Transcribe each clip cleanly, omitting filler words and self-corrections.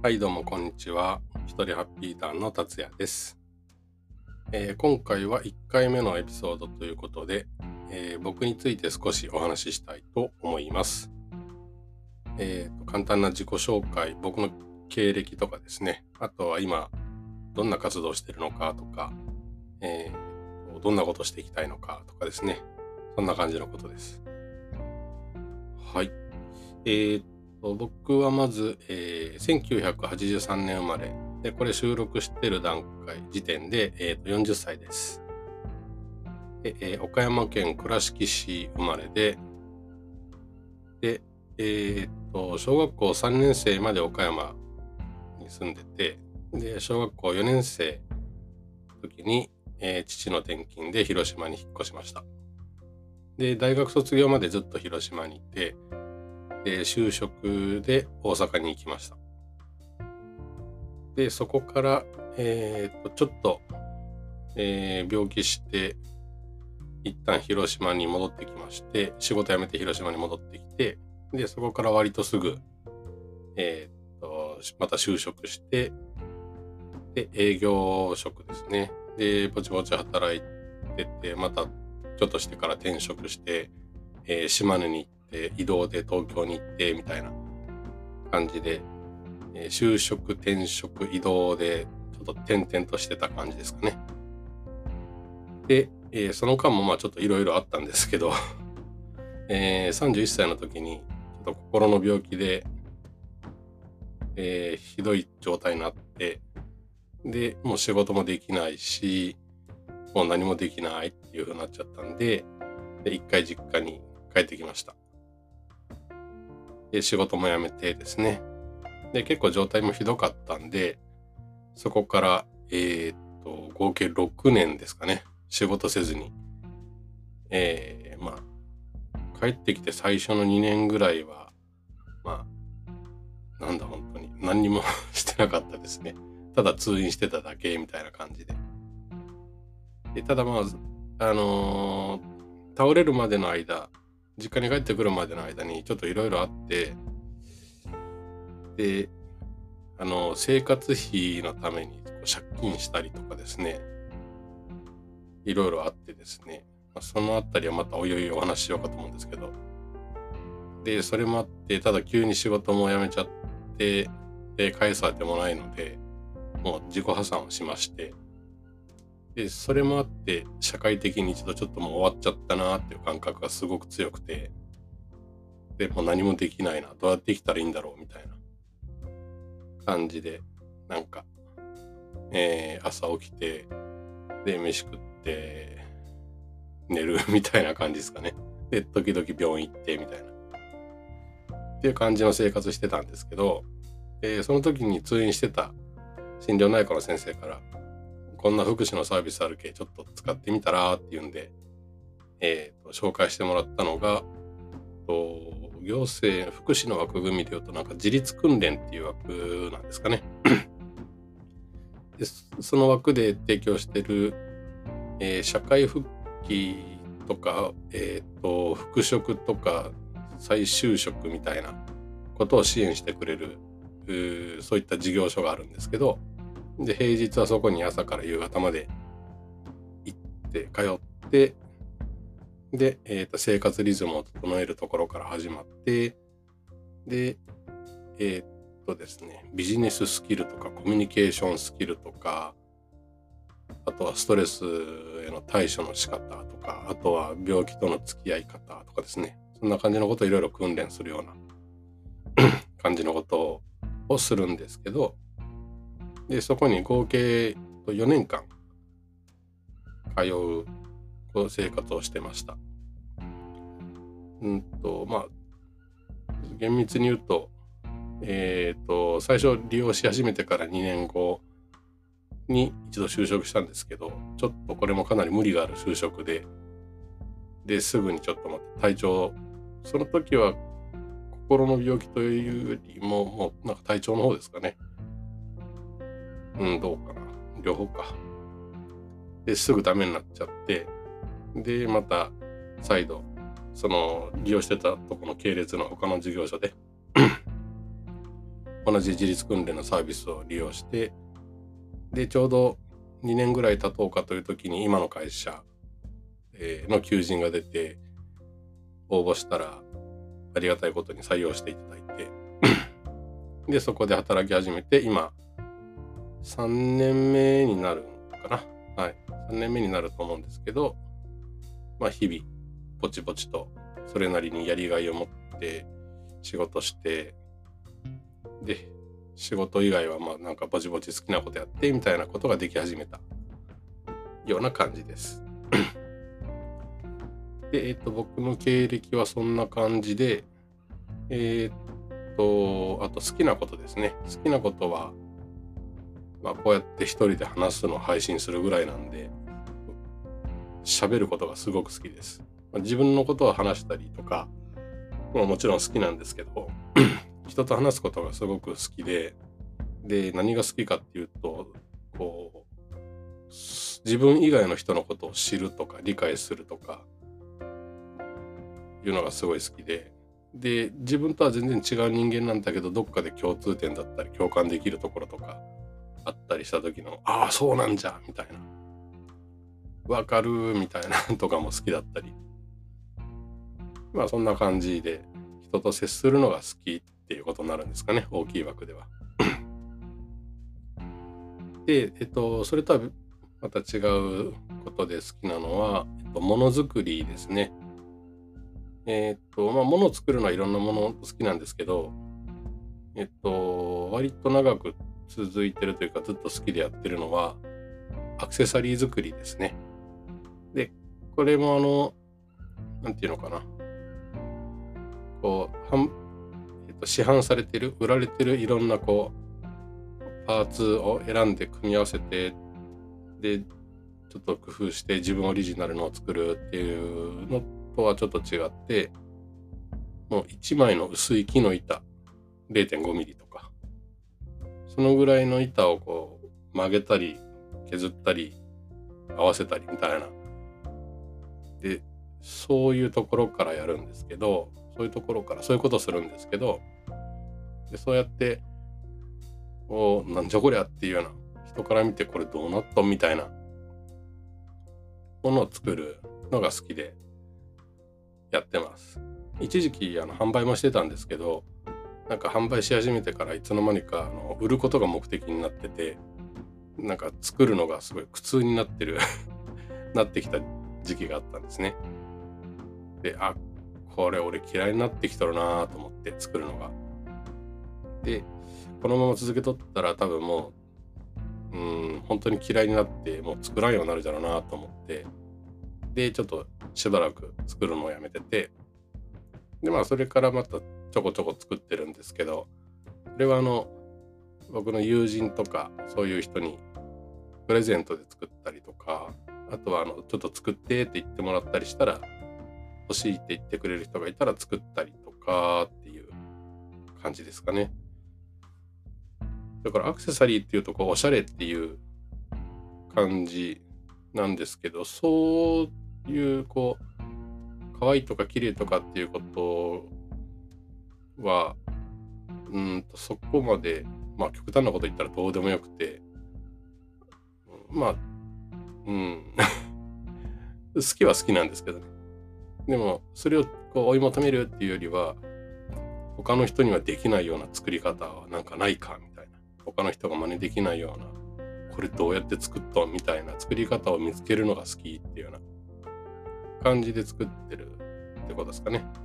はい、どうもこんにちは。一人ハッピーターンの達也です。今回は1回目のエピソードということで、僕について少しお話ししたいと思います。簡単な自己紹介、僕の経歴とかですね、あとは今どんな活動をしているのかとか、どんなことをしていきたいのかとかですね、そんな感じのことです。はい。えー僕はまず、1983年生まれ。で、これ収録してる時点で、40歳です。で、岡山県倉敷市生まれで、小学校3年生まで岡山に住んでて、で、小学校4年生の時に、父の転勤で広島に引っ越しました。で、大学卒業までずっと広島にいて、で、就職で大阪に行きました。で、そこから、ちょっと、病気して、一旦広島に戻ってきまして、仕事辞めて広島に戻ってきて、で、そこから割とすぐ、また就職して、で、営業職ですね。で、ぼちぼち働いてて、またちょっとしてから転職して、島根に行って、移動で東京に行って、みたいな感じで、就職、転職、移動で、ちょっと転々としてた感じですかね。で、その間もまあちょっといろいろあったんですけど、31歳の時に、ちょっと心の病気で、ひどい状態になって、で、もう仕事もできないし、もう何もできないっていう風になっちゃったんで、一回実家に帰ってきました。で、仕事も辞めてですね。で、結構状態もひどかったんで、そこから、合計6年ですかね。仕事せずに。まあ、帰ってきて最初の2年ぐらいは、まあ、本当に何にもしてなかったですね。ただ通院してただけみたいな感じで。ただまあ、倒れるまでの間、実家に帰ってくるまでの間にちょっといろいろあって、で、生活費のために借金したりとかですね、いろいろあってですね、そのあたりはまたおいおいお話ししようかと思うんですけど、で、それもあって、ただ急に仕事も辞めちゃって、返すあてもないので、もう自己破産をしまして、で、それもあって、社会的に一度ちょっともう終わっちゃったなーっていう感覚がすごく強くて、で、もう何もできないな、どうやって生きたらいいんだろうみたいな感じで、なんか、朝起きて、で、飯食って、寝るみたいな感じですかね。で、時々病院行ってみたいな。っていう感じの生活してたんですけど、その時に通院してた心療内科の先生から、こんな福祉のサービスあるけ、ちょっと使ってみたらっていうんで、紹介してもらったのが、行政福祉の枠組みで言うとなんか自立訓練っていう枠なんですかね。でその枠で提供してる、社会復帰とか、復職とか再就職みたいなことを支援してくれる、そういった事業所があるんですけど、で、平日はそこに朝から夕方まで行って通って、で、生活リズムを整えるところから始まって、で、ですね、ビジネススキルとかコミュニケーションスキルとか、あとはストレスへの対処の仕方とか、あとは病気との付き合い方とかですね、そんな感じのことをいろいろ訓練するような感じのことをするんですけど、で、そこに合計4年間通う生活をしてました。まあ、厳密に言うと、最初利用し始めてから2年後に一度就職したんですけど、ちょっとこれもかなり無理がある就職で、すぐにちょっとまた体調、その時は心の病気というよりも、もうなんか体調の方ですかね。どうかな。両方か。で、すぐダメになっちゃって、で、また再度、その利用してたとこの系列の他の事業所で同じ自立訓練のサービスを利用して、で、ちょうど2年ぐらい経とうかという時に今の会社の求人が出て、応募したらありがたいことに採用していただいて、で、そこで働き始めて、今、3年目になるのかな。はい。3年目になると思うんですけど、まあ日々、ぼちぼちと、それなりにやりがいを持って仕事して、で、仕事以外はまあなんかぼちぼち好きなことやってみたいなことができ始めたような感じです。で、僕の経歴はそんな感じで、あと好きなことですね。好きなことは、まあこうやって一人で話すのを配信するぐらいなんで、喋ることがすごく好きです。まあ、自分のことを話したりとか、まあもちろん好きなんですけど、人と話すことがすごく好きで、何が好きかっていうと、こう、自分以外の人のことを知るとか理解するとかいうのがすごい好きで、自分とは全然違う人間なんだけど、どっかで共通点だったり共感できるところとかあったりした時の、ああ、そうなんじゃみたいな、わかるみたいなとかも好きだったり、まあそんな感じで人と接するのが好きっていうことになるんですかね、大きい枠では。で、それとはまた違うことで好きなのは、ものづくりですね。まあ、ものを作るのはいろんなもの好きなんですけど、割と長く続いてるというか、ずっと好きでやってるのは、アクセサリー作りですね。で、これもなんていうのかな。こう、市販されてる、売られてるいろんなパーツを選んで組み合わせて、で、ちょっと工夫して自分オリジナルのを作るっていうのとはちょっと違って、もう1枚の薄い木の板、0.5 ミリとか、そのぐらいの板を曲げたり、削ったり、合わせたりみたいな。で、そういうところからやるんですけど、そういうことするんですけど、でそうやって、なんじゃこりゃっていうような、人から見てこれどうなったみたいなものを作るのが好きでやってます。一時期販売もしてたんですけど、なんか販売し始めてからいつの間にか売ることが目的になってて、なんか作るのがすごい苦痛になってきた時期があったんですね。で、これ俺嫌いになってきとるなと思って作るのが。で、このまま続けとったら多分もう、本当に嫌いになってもう作らんようになるだろうなと思って、で、ちょっとしばらく作るのをやめてて、で、まあそれからまたちょこちょこ作ってるんですけど、それは僕の友人とかそういう人にプレゼントで作ったりとか、あとはちょっと作ってって言ってもらったりしたら、欲しいって言ってくれる人がいたら作ったりとかっていう感じですかね。だからアクセサリーっていうとおしゃれっていう感じなんですけど、そういう可愛いとか綺麗とかっていうことは、そこまで、まあ極端なこと言ったらどうでもよくて、まあ、好きは好きなんですけどね。でも、それを追い求めるっていうよりは、他の人にはできないような作り方はなんかないかみたいな。他の人が真似できないような、これどうやって作ったみたいな作り方を見つけるのが好きっていうような感じで作ってるってことですかね。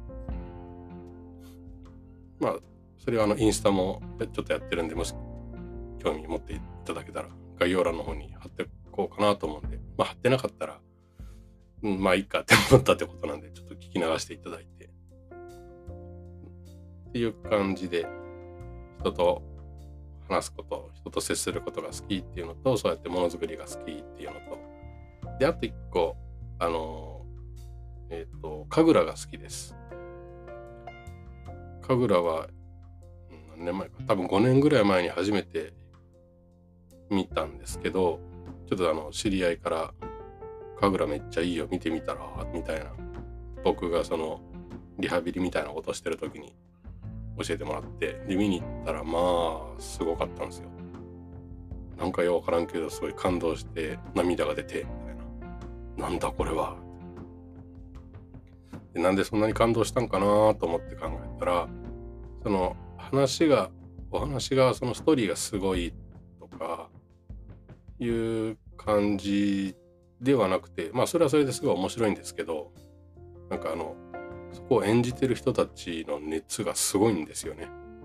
まあ、それはインスタもちょっとやってるんで、もし興味持っていただけたら概要欄の方に貼ってこうかなと思うんで、まあ貼ってなかったら、まあいいかって思ったってことなんで、ちょっと聞き流していただいて。っていう感じで、人と話すこと、人と接することが好きっていうのと、そうやってものづくりが好きっていうのと、で、あと一個、神楽が好きです。神楽は、何年前か、多分5年ぐらい前に初めて見たんですけど、ちょっと知り合いから、神楽めっちゃいいよ、見てみたら、みたいな、僕がリハビリみたいなことをしてる時に教えてもらって、で、見に行ったら、まあ、すごかったんですよ。なんかようわからんけど、すごい感動して、涙が出て、みたいな。なんだこれは。で、なんでそんなに感動したんかなと思って考えたら、そのお話が、そのストーリーがすごいとかいう感じではなくて、まあそれはそれですごい面白いんですけど、なんかそこを演じてる人たちの熱がすごいんですよね。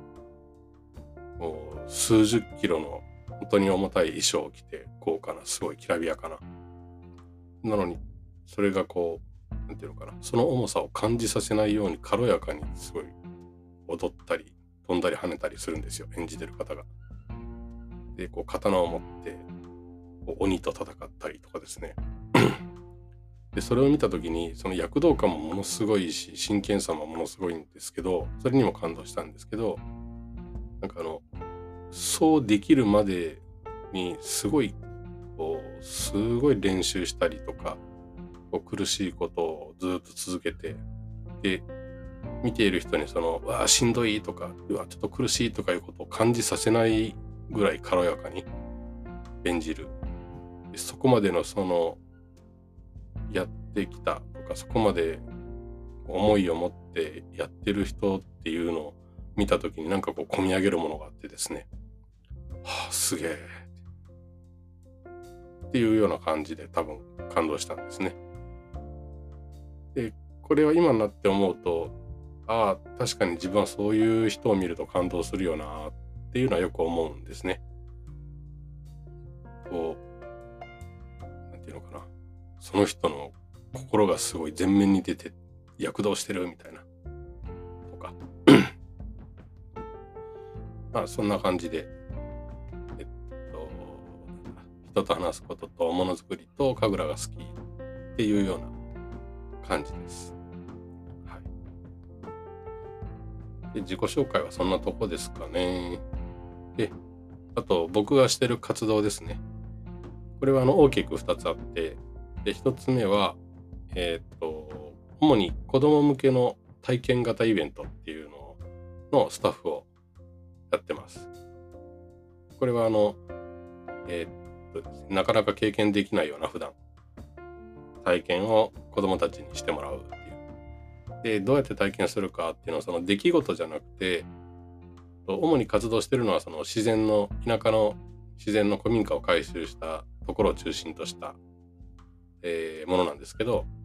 もう数十キロの本当に重たい衣装を着て、豪華な、すごいきらびやかな。なのに、それがこう、なんていうのかな、その重さを感じさせないように軽やかにすごい踊ったり、飛んだり跳ねたりするんですよ、演じてる方が。で、こう刀を持って、こう鬼と戦ったりとかですね。で、それを見たときに、その躍動感もものすごいし、真剣さもものすごいんですけど、それにも感動したんですけど、なんかそうできるまでにすごい、すごい練習したりとか、こう苦しいことをずっと続けて、で、見ている人にうわあ、しんどいとか、うわ、ちょっと苦しいとかいうことを感じさせないぐらい軽やかに演じる。でそこまでのやってきたとか、そこまで思いを持ってやってる人っていうのを見たときになんかこう込み上げるものがあってですね。はあ、すげえ。っていうような感じで多分感動したんですね。で、これは今になって思うと、ああ、確かに自分はそういう人を見ると感動するよなっていうのはよく思うんですね。こう、なんていうのかな。その人の心がすごい前面に出て躍動してるみたいな。とか。まあそんな感じで、えっと、人と話すこととものづくりと神楽が好きっていうような感じです。はい。で、自己紹介はそんなとこですかね。で、あと僕がしてる活動ですね。これは大きく2つあって、で、1つ目は、主に子供向けの体験型イベントっていうのスタッフをやってます。これはですね、なかなか経験できないような普段体験を子供たちにしてもらうっていう。で、どうやって体験するかっていうのはその出来事じゃなくて、主に活動してるのはその田舎の自然の古民家を改修したところを中心とした、ものなんですけど、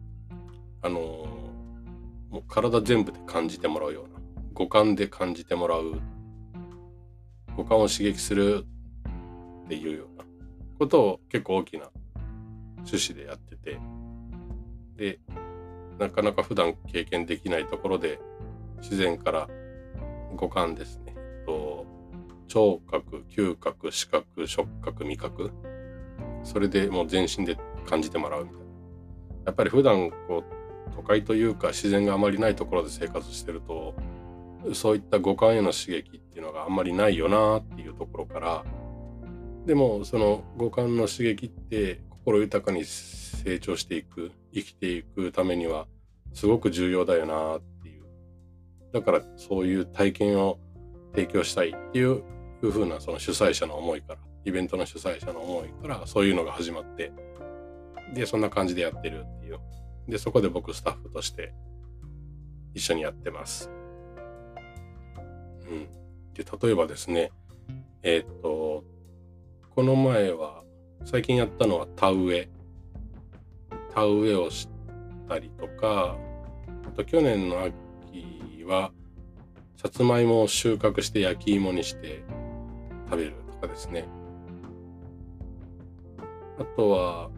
もう体全部で感じてもらうような、五感で感じてもらう、五感を刺激するっていうようなことを結構大きな趣旨でやってて、で、なかなか普段経験できないところで自然から五感ですね。聴覚、嗅覚、視覚、触覚、味覚。それでもう全身で感じてもらうみたいな。やっぱり普段都会というか自然があまりないところで生活してると、そういった五感への刺激っていうのがあんまりないよなっていうところから、でもその五感の刺激って心豊かに成長していく、生きていくためにはすごく重要だよなっていう。だからそういう体験を提供したいっていう風なその主催者の思いから、イベントの主催者の思いからそういうのが始まって、で、そんな感じでやってるっていう。で、そこで僕スタッフとして一緒にやってます。うん。で、例えばですね、この前は、最近やったのは田植え。田植えをしたりとか、あと去年の秋は、さつまいもを収穫して焼き芋にして食べるとかですね。あとは、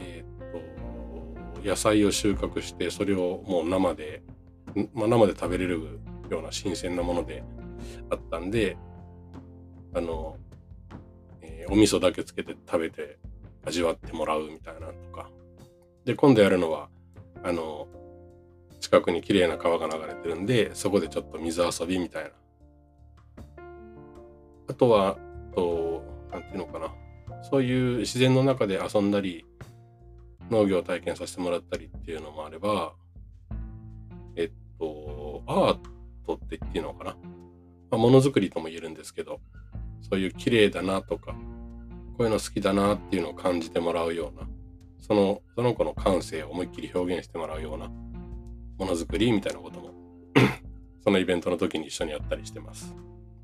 野菜を収穫して、それをもう生で食べれるような新鮮なものであったんで、お味噌だけつけて食べて味わってもらうみたいなのとか。で、今度やるのは、近くに綺麗な川が流れてるんで、そこでちょっと水遊びみたいな。あとは、なんていうのかな。そういう自然の中で遊んだり、農業を体験させてもらったりっていうのもあれば、アートって言っていいのかな。 ものづくりとも言えるんですけど、そういう綺麗だなとか、こういうの好きだなっていうのを感じてもらうような、その子の感性を思いっきり表現してもらうようなものづくりみたいなこともそのイベントの時に一緒にやったりしてます。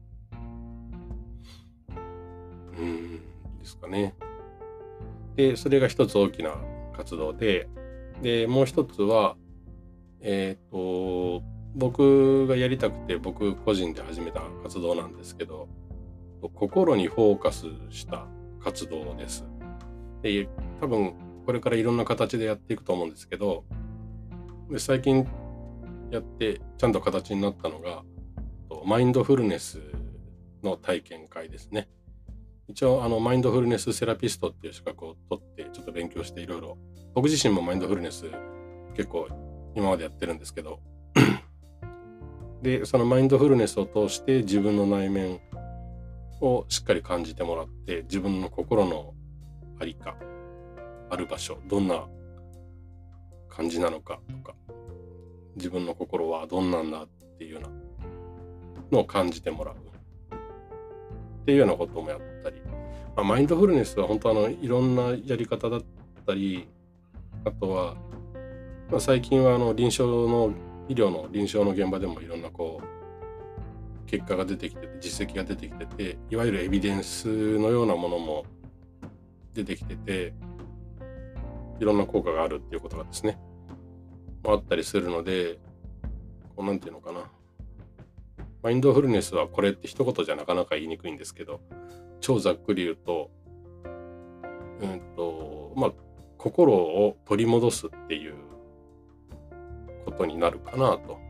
ですかね。で、それが一つ大きな活動で、もう一つは、僕がやりたくて、僕個人で始めた活動なんですけど、心にフォーカスした活動です。で、多分これからいろんな形でやっていくと思うんですけど、最近やってちゃんと形になったのが、マインドフルネスの体験会ですね。一応マインドフルネスセラピストっていう資格を取ってちょっと勉強していろいろ、僕自身もマインドフルネス結構今までやってるんですけどでそのマインドフルネスを通して自分の内面をしっかり感じてもらって、自分の心のありかある場所、どんな感じなのかとか、自分の心はどんなんだっていうようなのを感じてもらうっていうようなこともやったり、マインドフルネスは本当いろんなやり方だったり、あとは、最近は医療の臨床の現場でもいろんな結果が出てきてて、実績が出てきてて、いわゆるエビデンスのようなものも出てきてて、いろんな効果があるっていうことがですね、あったりするので、なんていうのかな。マインドフルネスはこれって一言じゃなかなか言いにくいんですけど、超ざっくり言うと、心を取り戻すっていうことになるかなと。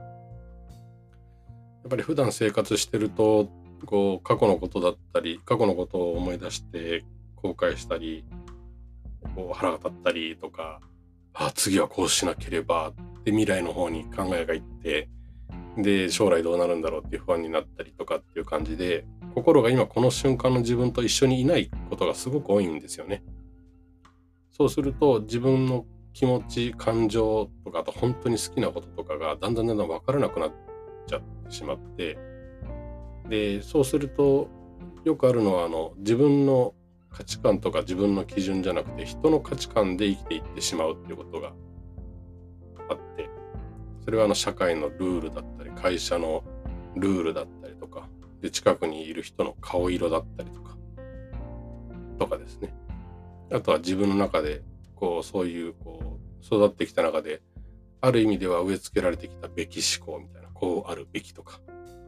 やっぱり普段生活してると、過去のことだったり、過去のことを思い出して後悔したり、腹が立ったりとか、次はこうしなければって未来の方に考えがいって、で、将来どうなるんだろうっていう不安になったりとかっていう感じで、心が今この瞬間の自分と一緒にいないことがすごく多いんですよね。そうすると自分の気持ち、感情とか、あと本当に好きなこととかがだんだん分からなくなっちゃってしまって、で、そうするとよくあるのは自分の価値観とか自分の基準じゃなくて人の価値観で生きていってしまうっていうことがあって、それは社会のルールだったり、会社のルールだったりとか、で、近くにいる人の顔色だったりとかですね。あとは自分の中で、そういう、育ってきた中で、ある意味では植え付けられてきたべき思考みたいな、こうあるべきとか。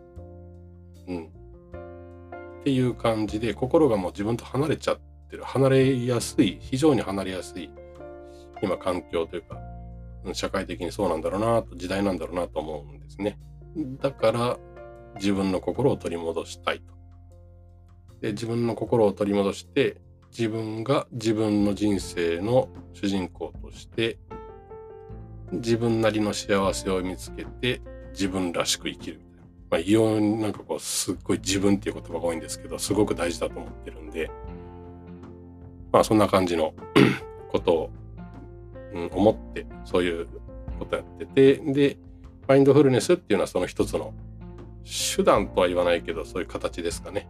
っていう感じで、心がもう自分と離れちゃってる。非常に離れやすい、今環境というか、社会的にそうなんだろうなと、時代なんだろうなと思うんですね。だから自分の心を取り戻したいと。で、自分の心を取り戻して、自分が自分の人生の主人公として、自分なりの幸せを見つけて、自分らしく生きるみたいな。異様にすっごい自分っていう言葉が多いんですけど、すごく大事だと思ってるんで、そんな感じのことを思って、そういうことやってて、で、マインドフルネスっていうのはその一つの手段とは言わないけど、そういう形ですかね。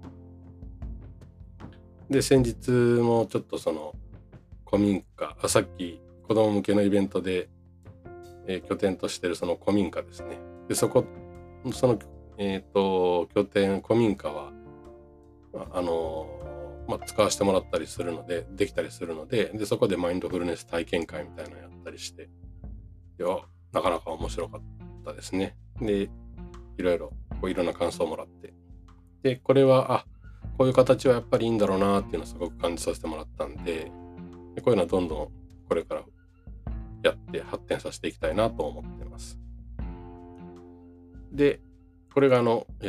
で、先日もちょっと古民家、さっき子供向けのイベントで、拠点としてるその古民家ですね。で、その、拠点、古民家は、使わせてもらったりするので、できたりするので、で、そこでマインドフルネス体験会みたいなのやったりして、なかなか面白かったですね。で、いろんな感想をもらって。で、これは、こういう形はやっぱりいいんだろうなっていうのをすごく感じさせてもらったんで、こういうのはどんどんこれからやって発展させていきたいなと思ってます。で、これがなんていう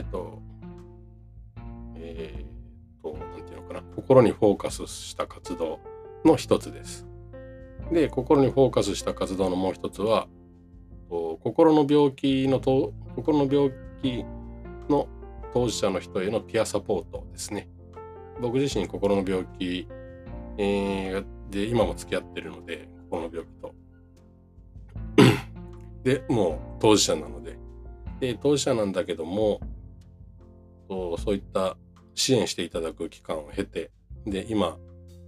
のかな、心にフォーカスした活動の一つです。で、心にフォーカスした活動のもう一つは、心の病気の当事者の人へのピアサポートですね。僕自身心の病気、で今も付き合ってるので、心の病気と。で、もう当事者なので、当事者なんだけども、 そういった支援していただく期間を経て、で、今、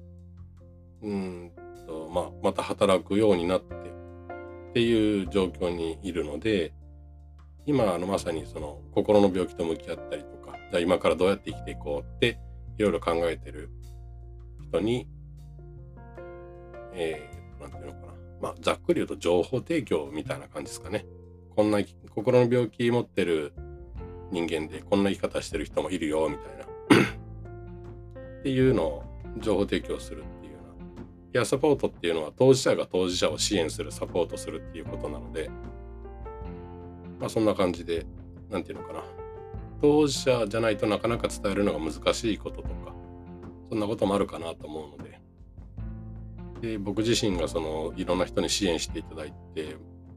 また働くようになってっていう状況にいるので、今、まさにその心の病気と向き合ったりとか、じゃあ今からどうやって生きていこうっていろいろ考えてる人に、なんていうのかな。ざっくり言うと情報提供みたいな感じですかね。こんな心の病気持ってる人間でこんな生き方してる人もいるよみたいなっていうのを情報提供するっていうような。ピアサポートっていうのは当事者が当事者を支援する、サポートするっていうことなので、そんな感じで、なんていうのかな。当事者じゃないとなかなか伝えるのが難しいこととか、そんなこともあるかなと思うので、で僕自身がいろんな人に支援していただいて、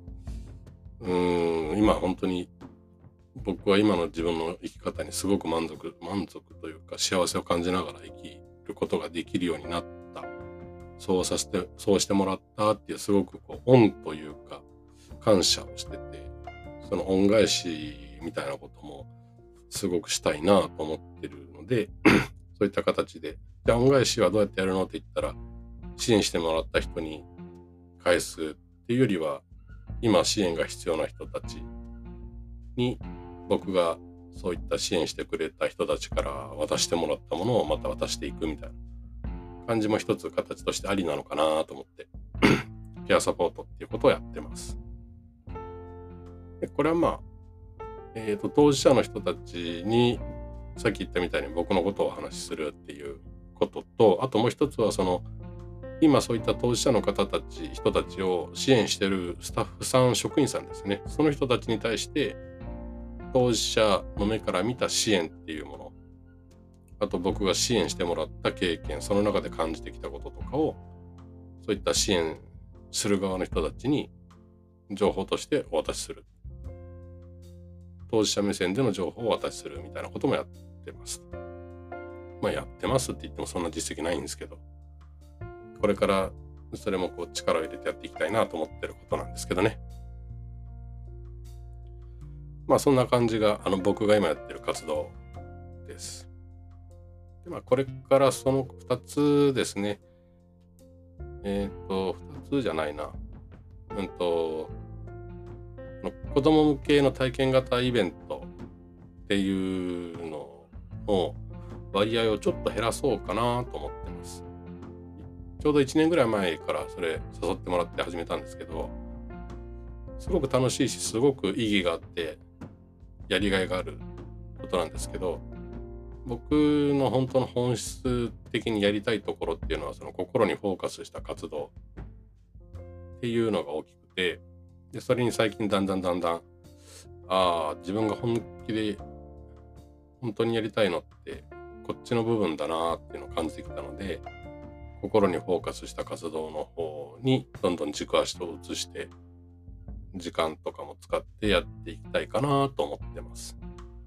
今本当に僕は今の自分の生き方にすごく満足というか幸せを感じながら生きることができるようになった。そうしてもらったっていうすごく恩というか感謝をしてて、その恩返しみたいなこともすごくしたいなと思ってるので、そういった形で、じゃあ恩返しはどうやってやるのって言ったら、支援してもらった人に返すっていうよりは、今支援が必要な人たちに僕がそういった支援してくれた人たちから渡してもらったものをまた渡していくみたいな感じも一つ形としてありなのかなと思ってピアサポートっていうことをやってます。でこれは当事者の人たちにさっき言ったみたいに僕のことをお話しするっていうことと、あともう一つは今そういった当事者の人たちを支援しているスタッフさん、職員さんですね。その人たちに対して当事者の目から見た支援っていうもの、あと僕が支援してもらった経験、その中で感じてきたこととかを、そういった支援する側の人たちに情報としてお渡しする。当事者目線での情報をお渡しするみたいなこともやってます。やってますって言ってもそんな実績ないんですけど、これからそれも力を入れてやっていきたいなと思ってることなんですけどね。そんな感じが僕が今やってる活動です。でこれからその2つですね。2つじゃないな。子供向けの体験型イベントっていうのの割合をちょっと減らそうかなと思ってます。ちょうど1年ぐらい前からそれ誘ってもらって始めたんですけど、すごく楽しいし、すごく意義があって、やりがいがあることなんですけど、僕の本当の本質的にやりたいところっていうのは、心にフォーカスした活動っていうのが大きくて、でそれに最近だんだん自分が本気で本当にやりたいのってこっちの部分だなっていうのを感じてきたので、心にフォーカスした活動の方にどんどん軸足を移して時間とかも使ってやっていきたいかなと思ってます。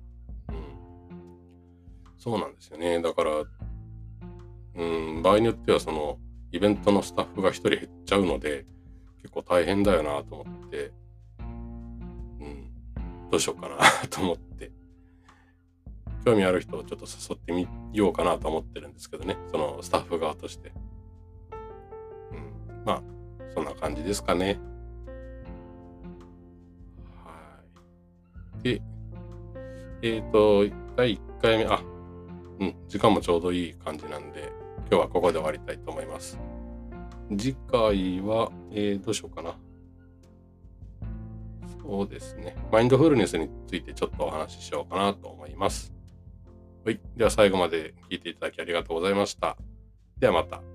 そうなんですよね。だから場合によってはイベントのスタッフが一人減っちゃうので結構大変だよなと思って、どうしようかなと思って興味ある人をちょっと誘ってみようかなと思ってるんですけどね、そのスタッフ側として。そんな感じですかね。はい。で、第1回目、時間もちょうどいい感じなんで、今日はここで終わりたいと思います。次回は、どうしようかな。そうですね。マインドフルネスについてちょっとお話ししようかなと思います。はい。では最後まで聞いていただきありがとうございました。ではまた。